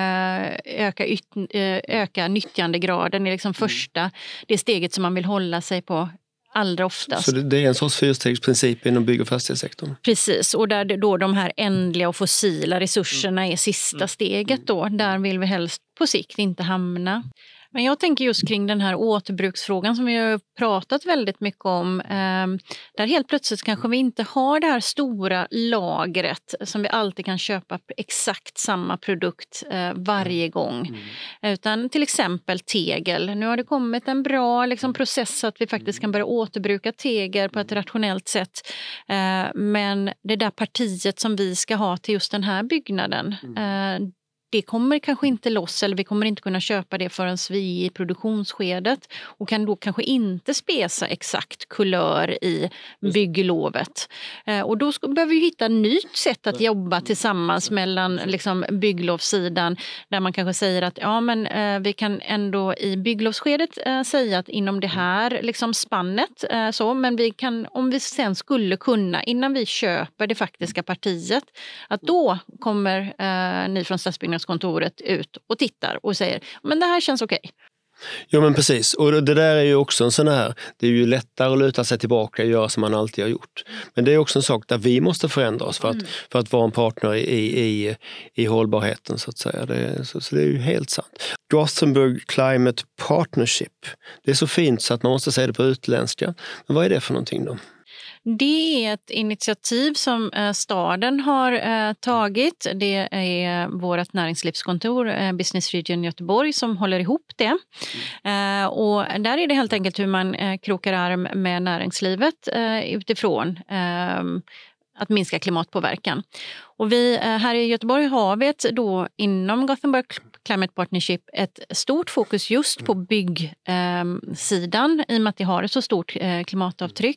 öka nyttjandegraden är liksom det steget som man vill hålla sig på allra oftast. Så det är en sorts fyrstegsprincip inom bygg- och fastighetssektorn? Precis, och där då de här ändliga och fossila resurserna är sista steget då, där vill vi helst på sikt inte hamna. Men jag tänker just kring den här återbruksfrågan som vi har pratat väldigt mycket om. Där helt plötsligt kanske vi inte har det här stora lagret som vi alltid kan köpa exakt samma produkt varje gång. Utan till exempel tegel. Nu har det kommit en bra process så att vi faktiskt kan börja återbruka tegel på ett rationellt sätt. Men det där partiet som vi ska ha till just den här byggnaden, det kommer kanske inte loss, eller vi kommer inte kunna köpa det förrän vi är i produktionsskedet och kan då kanske inte spesa exakt kulör i bygglovet. Och då behöver vi hitta ett nytt sätt att jobba tillsammans mellan bygglovssidan, där man kanske säger att vi kan ändå i bygglovsskedet säga att inom det här spannet men vi kan, om vi sen skulle kunna, innan vi köper det faktiska partiet, att då kommer ni från Stadsbyggnadskontoret ut och tittar och säger, men det här känns okej. Jo, men precis. Och det där är ju också en sån här, det är ju lättare att luta sig tillbaka och göra som man alltid har gjort. Men det är också en sak där vi måste förändra oss för att vara en partner i hållbarheten, så att säga. Så det är ju helt sant. Gothenburg Climate Partnership. Det är så fint så att man måste säga det på utländska. Men vad är det för någonting då? Det är ett initiativ som staden har tagit. Det är vårt näringslivskontor, Business Region Göteborg, som håller ihop det. Och där är det helt enkelt hur man krokar arm med näringslivet utifrån att minska klimatpåverkan. Och vi här i Göteborg har vi inom Gothenburg Climate Partnership ett stort fokus just på byggsidan i och med att det har ett så stort klimatavtryck.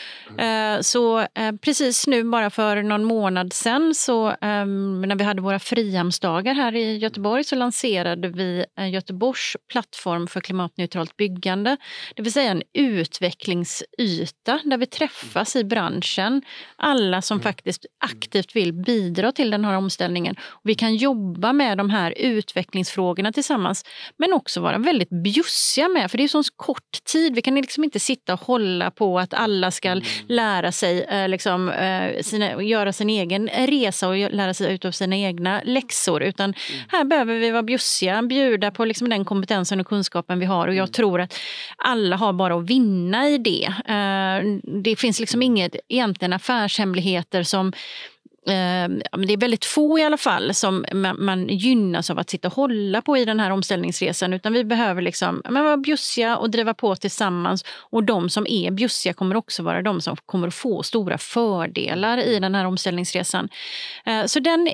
Så precis nu bara för någon månad sedan så när vi hade våra frihamnsdagar här i Göteborg så lanserade vi Göteborgs plattform för klimatneutralt byggande. Det vill säga en utvecklingsyta där vi träffas i branschen. Alla som faktiskt aktivt vill bidra till den här omställningen. Vi kan jobba med de här utvecklingsfrågorna tillsammans men också vara väldigt bjussiga med, för det är så kort tid. Vi kan liksom inte sitta och hålla på att alla ska lära sig göra sin egen resa och lära sig utav sina egna läxor, utan här behöver vi vara bjussiga, bjuda på liksom den kompetensen och kunskapen vi har, och jag tror att alla har bara att vinna i det. Det finns liksom inget egentligen affärshemligheter som det är väldigt få i alla fall som man gynnas av att sitta och hålla på i den här omställningsresan, utan vi behöver liksom vara bjussiga och driva på tillsammans, och de som är bjussiga kommer också vara de som kommer att få stora fördelar i den här omställningsresan. Så den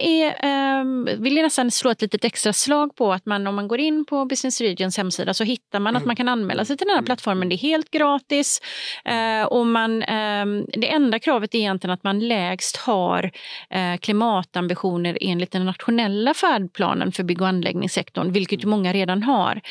vill jag nästan slå ett litet extra slag på, att om man går in på Business Regions hemsida så hittar man att man kan anmäla sig till den här plattformen. Det är helt gratis och det enda kravet är egentligen att man lägst har klimatambitioner enligt den nationella färdplanen för bygg- och anläggningssektorn, vilket ju många redan har.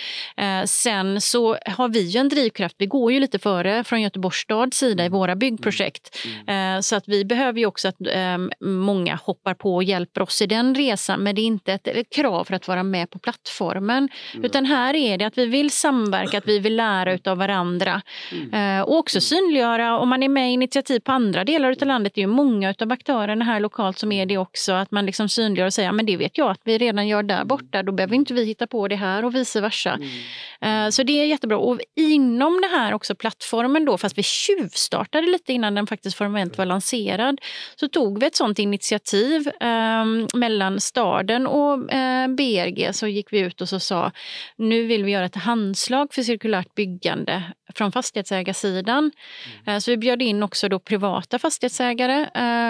Sen så har vi ju en drivkraft, vi går ju lite före från Göteborgs stads sida i våra byggprojekt, så att vi behöver ju också att många hoppar på och hjälper oss i den resan, men det är inte ett krav för att vara med på plattformen, utan här är det att vi vill samverka, att vi vill lära utav varandra och också synliggöra, om man är med i initiativ på andra delar utav landet, det är ju många utav aktörerna här lokalt som är det också, att man liksom synliggör och säger, men det vet jag att vi redan gör där borta, då behöver inte vi hitta på det här och vice versa. Så det är jättebra, och inom det här också plattformen då, fast vi tjuvstartade lite innan den faktiskt formellt var lanserad, så tog vi ett sånt initiativ mellan staden och BRG, så gick vi ut och så sa, nu vill vi göra ett handslag för cirkulärt byggande från fastighetsägarsidan. Så vi bjöd in också då privata fastighetsägare.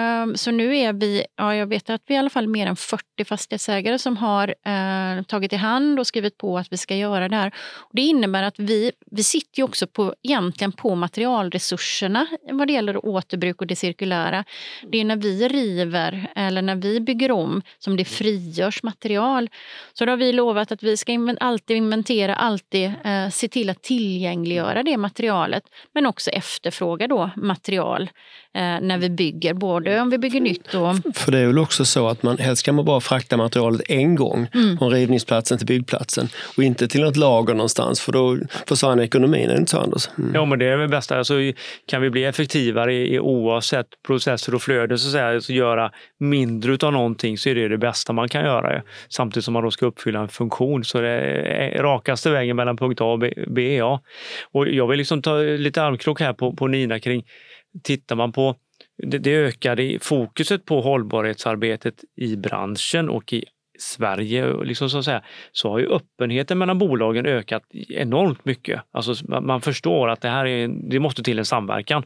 Så nu är vi, jag vet att vi i alla fall mer än 40 fastighetsägare som har tagit i hand och skrivit på att vi ska göra det här. Och det innebär att vi sitter ju också egentligen på materialresurserna vad det gäller återbruk och det cirkulära. Det är när vi river eller när vi bygger om som det frigörs material. Så då har vi lovat att vi ska alltid inventera, alltid se till att tillgängliggöra det materialet, men också efterfråga då material när vi bygger, både om vi bygger nytt och... För det är väl också så att helst kan man bara frakta materialet en gång från rivningsplatsen till byggplatsen och inte till något lager någonstans, för då försvann ekonomin, är det inte så, Anders? Ja, men det är väl bästa. Alltså, kan vi bli effektivare i oavsett processer och flöden, så att säga, så göra mindre av någonting, så är det bästa man kan göra. Samtidigt som man då ska uppfylla en funktion, så det är rakaste vägen mellan punkt A och B, ja. Och jag vill liksom ta lite armkrok här på Nina kring, tittar man på det ökade fokuset på hållbarhetsarbetet i branschen och i Sverige, liksom så att säga, så har ju öppenheten mellan bolagen ökat enormt mycket. Alltså man förstår att det måste till en samverkan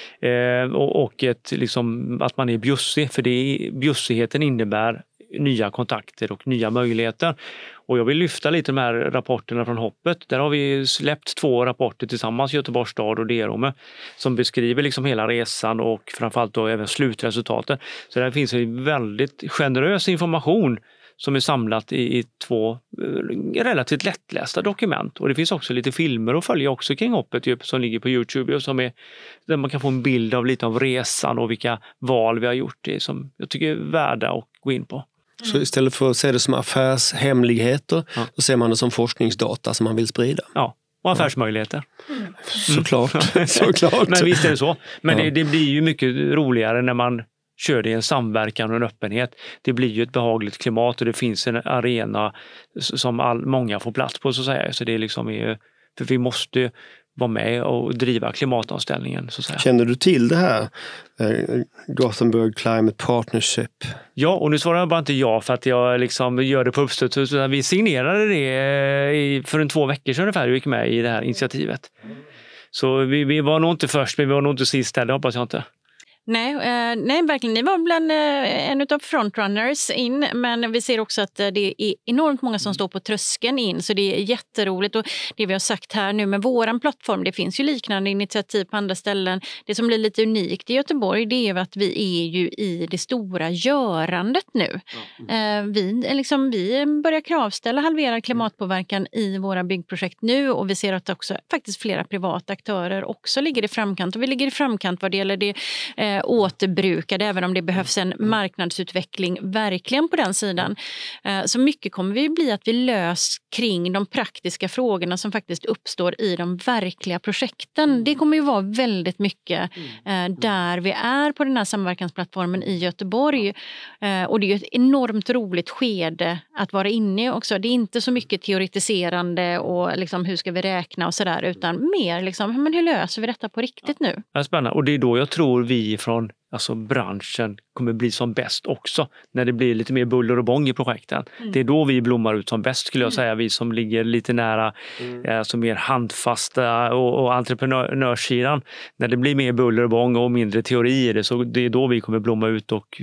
och att man är bjussig, för bjussigheten innebär nya kontakter och nya möjligheter. Och jag vill lyfta lite de här rapporterna från Hoppet. Där har vi släppt 2 rapporter tillsammans, Göteborgs stad och Derome, som beskriver liksom hela resan och framförallt då även slutresultaten. Så där finns en väldigt generös information som är samlat i 2 relativt lättlästa dokument. Och det finns också lite filmer att följa också kring Hoppet som ligger på YouTube, och där man kan få en bild av lite av resan och vilka val vi har gjort, det som jag tycker är värda att gå in på. Så istället för att se det som affärshemligheter, så ser man det som forskningsdata som man vill sprida. Ja, och affärsmöjligheter. Såklart. Såklart. Men visst är det så. Men det blir ju mycket roligare när man kör det i en samverkan och en öppenhet. Det blir ju ett behagligt klimat och det finns en arena som många får plats på, så att säga. Så det är liksom, för vi måste vara med och driva klimatomställningen. Så att säga. Känner du till det här Gothenburg Climate Partnership? Ja, och nu svarar jag bara inte ja för att jag liksom gör det på uppstöd. Vi signerade det för 2 veckor sedan ungefär och gick med i det här initiativet. Så vi var nog inte först, men vi var nog inte sist heller, hoppas jag inte. Nej, verkligen. Ni var bland en av frontrunners in, men vi ser också att det är enormt många som står på tröskeln in, så det är jätteroligt. Och det vi har sagt här nu med våran plattform, det finns ju liknande initiativ på andra ställen. Det som blir lite unikt i Göteborg, det är att vi är ju i det stora görandet nu. Vi börjar kravställa halverad klimatpåverkan i våra byggprojekt nu, och vi ser att också faktiskt flera privata aktörer också ligger i framkant, och vi ligger i framkant vad det gäller det återbrukade, även om det behövs en marknadsutveckling verkligen på den sidan. Så mycket kommer vi bli att vi lös kring de praktiska frågorna som faktiskt uppstår i de verkliga projekten. Det kommer ju vara väldigt mycket där vi är på den här samverkansplattformen i Göteborg. Och det är ju ett enormt roligt skede att vara inne i också. Det är inte så mycket teoretiserande och liksom hur ska vi räkna och sådär, utan mer liksom, men hur löser vi detta på riktigt nu? Det är spännande, och det är då jag tror vi från branschen kommer bli som bäst också, när det blir lite mer buller och bång i projekten. Det är då vi blommar ut som bäst, skulle jag säga, vi som ligger lite nära alltså mer handfasta och entreprenörssidan. När det blir mer buller och bång och mindre teori i det, så det är då vi kommer blomma ut och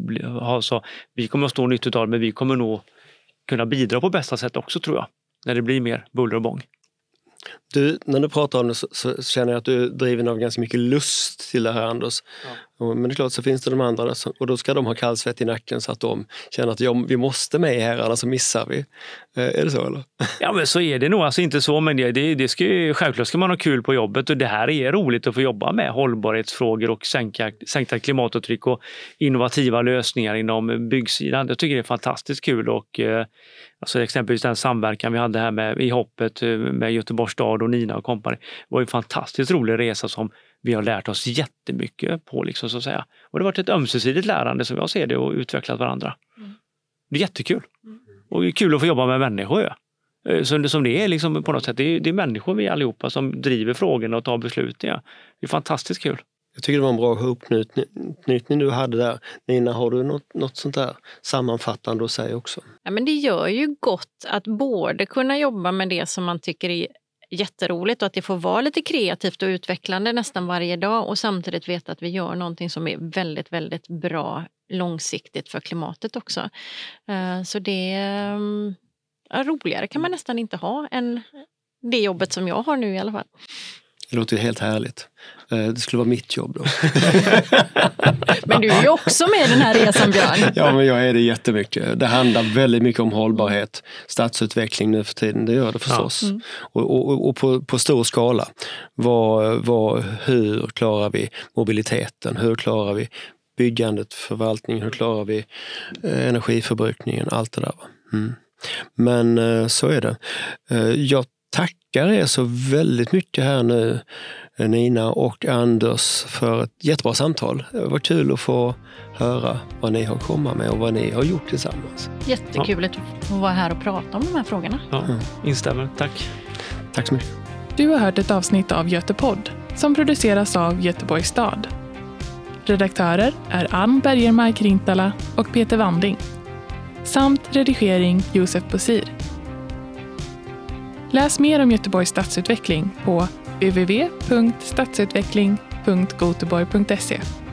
vi kommer att stå nytt av det, men vi kommer nog kunna bidra på bästa sätt också, tror jag, när det blir mer buller och bång. Du, när du pratar om det så känner jag att du är driven av ganska mycket lust till det här, Anders. Ja. Men det är klart, så finns det de andra där, och då ska de ha kallsvett i nacken så att de känner att vi måste med här, annars så missar vi. Är det så, eller? Ja, men så är det nog. Alltså inte så, men självklart ska man ha kul på jobbet, och det här är roligt att få jobba med hållbarhetsfrågor och sänkta klimatavtryck och innovativa lösningar inom byggsidan. Jag tycker det är fantastiskt kul, och alltså exempelvis den samverkan vi hade här i hoppet med Göteborgs stad och Nina och kompani var en fantastiskt rolig resa som vi har lärt oss jättemycket på, liksom, så att säga. Och det har varit ett ömsesidigt lärande som jag ser det, och utvecklat varandra. Det är jättekul. Och det är kul att få jobba med människor. Som det är liksom, på något sätt. Det är människor vi allihopa som driver frågorna och tar beslut. Ja. Det är fantastiskt kul. Jag tycker det var en bra uppknytning du hade där. Nina, har du något sånt där sammanfattande att säga också? Ja, men det gör ju gott att både kunna jobba med det som man tycker är jätteroligt, och att det får vara lite kreativt och utvecklande nästan varje dag, och samtidigt veta att vi gör någonting som är väldigt, väldigt bra långsiktigt för klimatet också. Så det är roligare kan man nästan inte ha än det jobbet som jag har nu i alla fall. Det låter helt härligt. Det skulle vara mitt jobb då. Men du är ju också med i den här resan, Björn. Ja, men jag är det jättemycket. Det handlar väldigt mycket om hållbarhet, stadsutveckling nu för tiden. Det gör det förstås. Och på stor skala. Hur klarar vi mobiliteten? Hur klarar vi byggandet, förvaltningen? Hur klarar vi energiförbrukningen? Allt det där. Men så är det. Jag tackar er så väldigt mycket här nu, Nina och Anders, för ett jättebra samtal. Det var kul att få höra vad ni har kommit med och vad ni har gjort tillsammans. Jättekul att få vara här och prata om de här frågorna. Ja, instämmer. Tack. Tack så mycket. Du har hört ett avsnitt av Götepodd som produceras av Göteborgs stad. Redaktörer är Ann Bergermark-Rintala och Peter Wanding. Samt redigering Josef Bosir. Läs mer om Göteborgs stadsutveckling på www.stadsutveckling.goteborg.se.